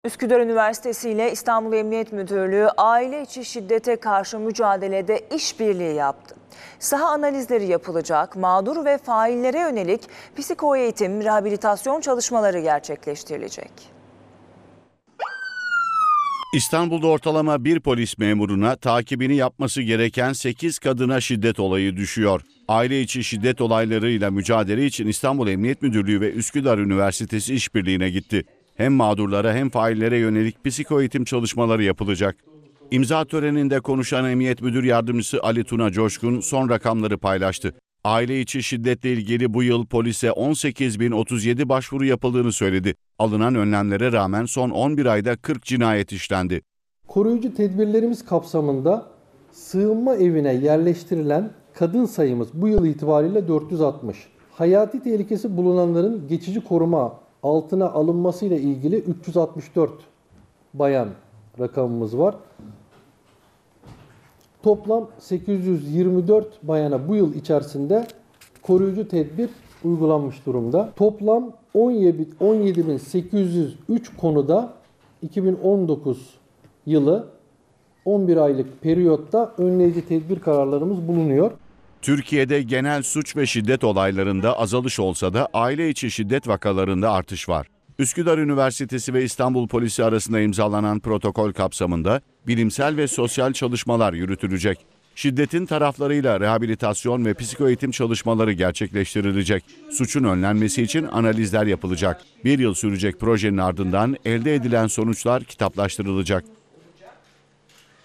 Üsküdar Üniversitesi ile İstanbul Emniyet Müdürlüğü aile içi şiddete karşı mücadelede işbirliği yaptı. Saha analizleri yapılacak, mağdur ve faillere yönelik psikoeğitim, rehabilitasyon çalışmaları gerçekleştirilecek. İstanbul'da ortalama bir polis memuruna takibini yapması gereken 8 kadına şiddet olayı düşüyor. Aile içi şiddet olaylarıyla mücadele için İstanbul Emniyet Müdürlüğü ve Üsküdar Üniversitesi işbirliğine gitti. Hem mağdurlara hem faillere yönelik psikoeğitim çalışmaları yapılacak. İmza töreninde konuşan Emniyet Müdür Yardımcısı Ali Tuna Coşkun son rakamları paylaştı. Aile içi şiddetle ilgili bu yıl polise 18.037 başvuru yapıldığını söyledi. Alınan önlemlere rağmen son 11 ayda 40 cinayet işlendi. Koruyucu tedbirlerimiz kapsamında sığınma evine yerleştirilen kadın sayımız bu yıl itibariyle 460. Hayati tehlikesi bulunanların geçici koruma altına alınmasıyla ilgili 364 bayan rakamımız var. Toplam 824 bayana bu yıl içerisinde koruyucu tedbir uygulanmış durumda. Toplam 17.803 konuda 2019 yılı 11 aylık periyotta önleyici tedbir kararlarımız bulunuyor. Türkiye'de genel suç ve şiddet olaylarında azalış olsa da aile içi şiddet vakalarında artış var. Üsküdar Üniversitesi ve İstanbul Polisi arasında imzalanan protokol kapsamında bilimsel ve sosyal çalışmalar yürütülecek. Şiddetin taraflarıyla rehabilitasyon ve psikoeğitim çalışmaları gerçekleştirilecek. Suçun önlenmesi için analizler yapılacak. Bir yıl sürecek projenin ardından elde edilen sonuçlar kitaplaştırılacak.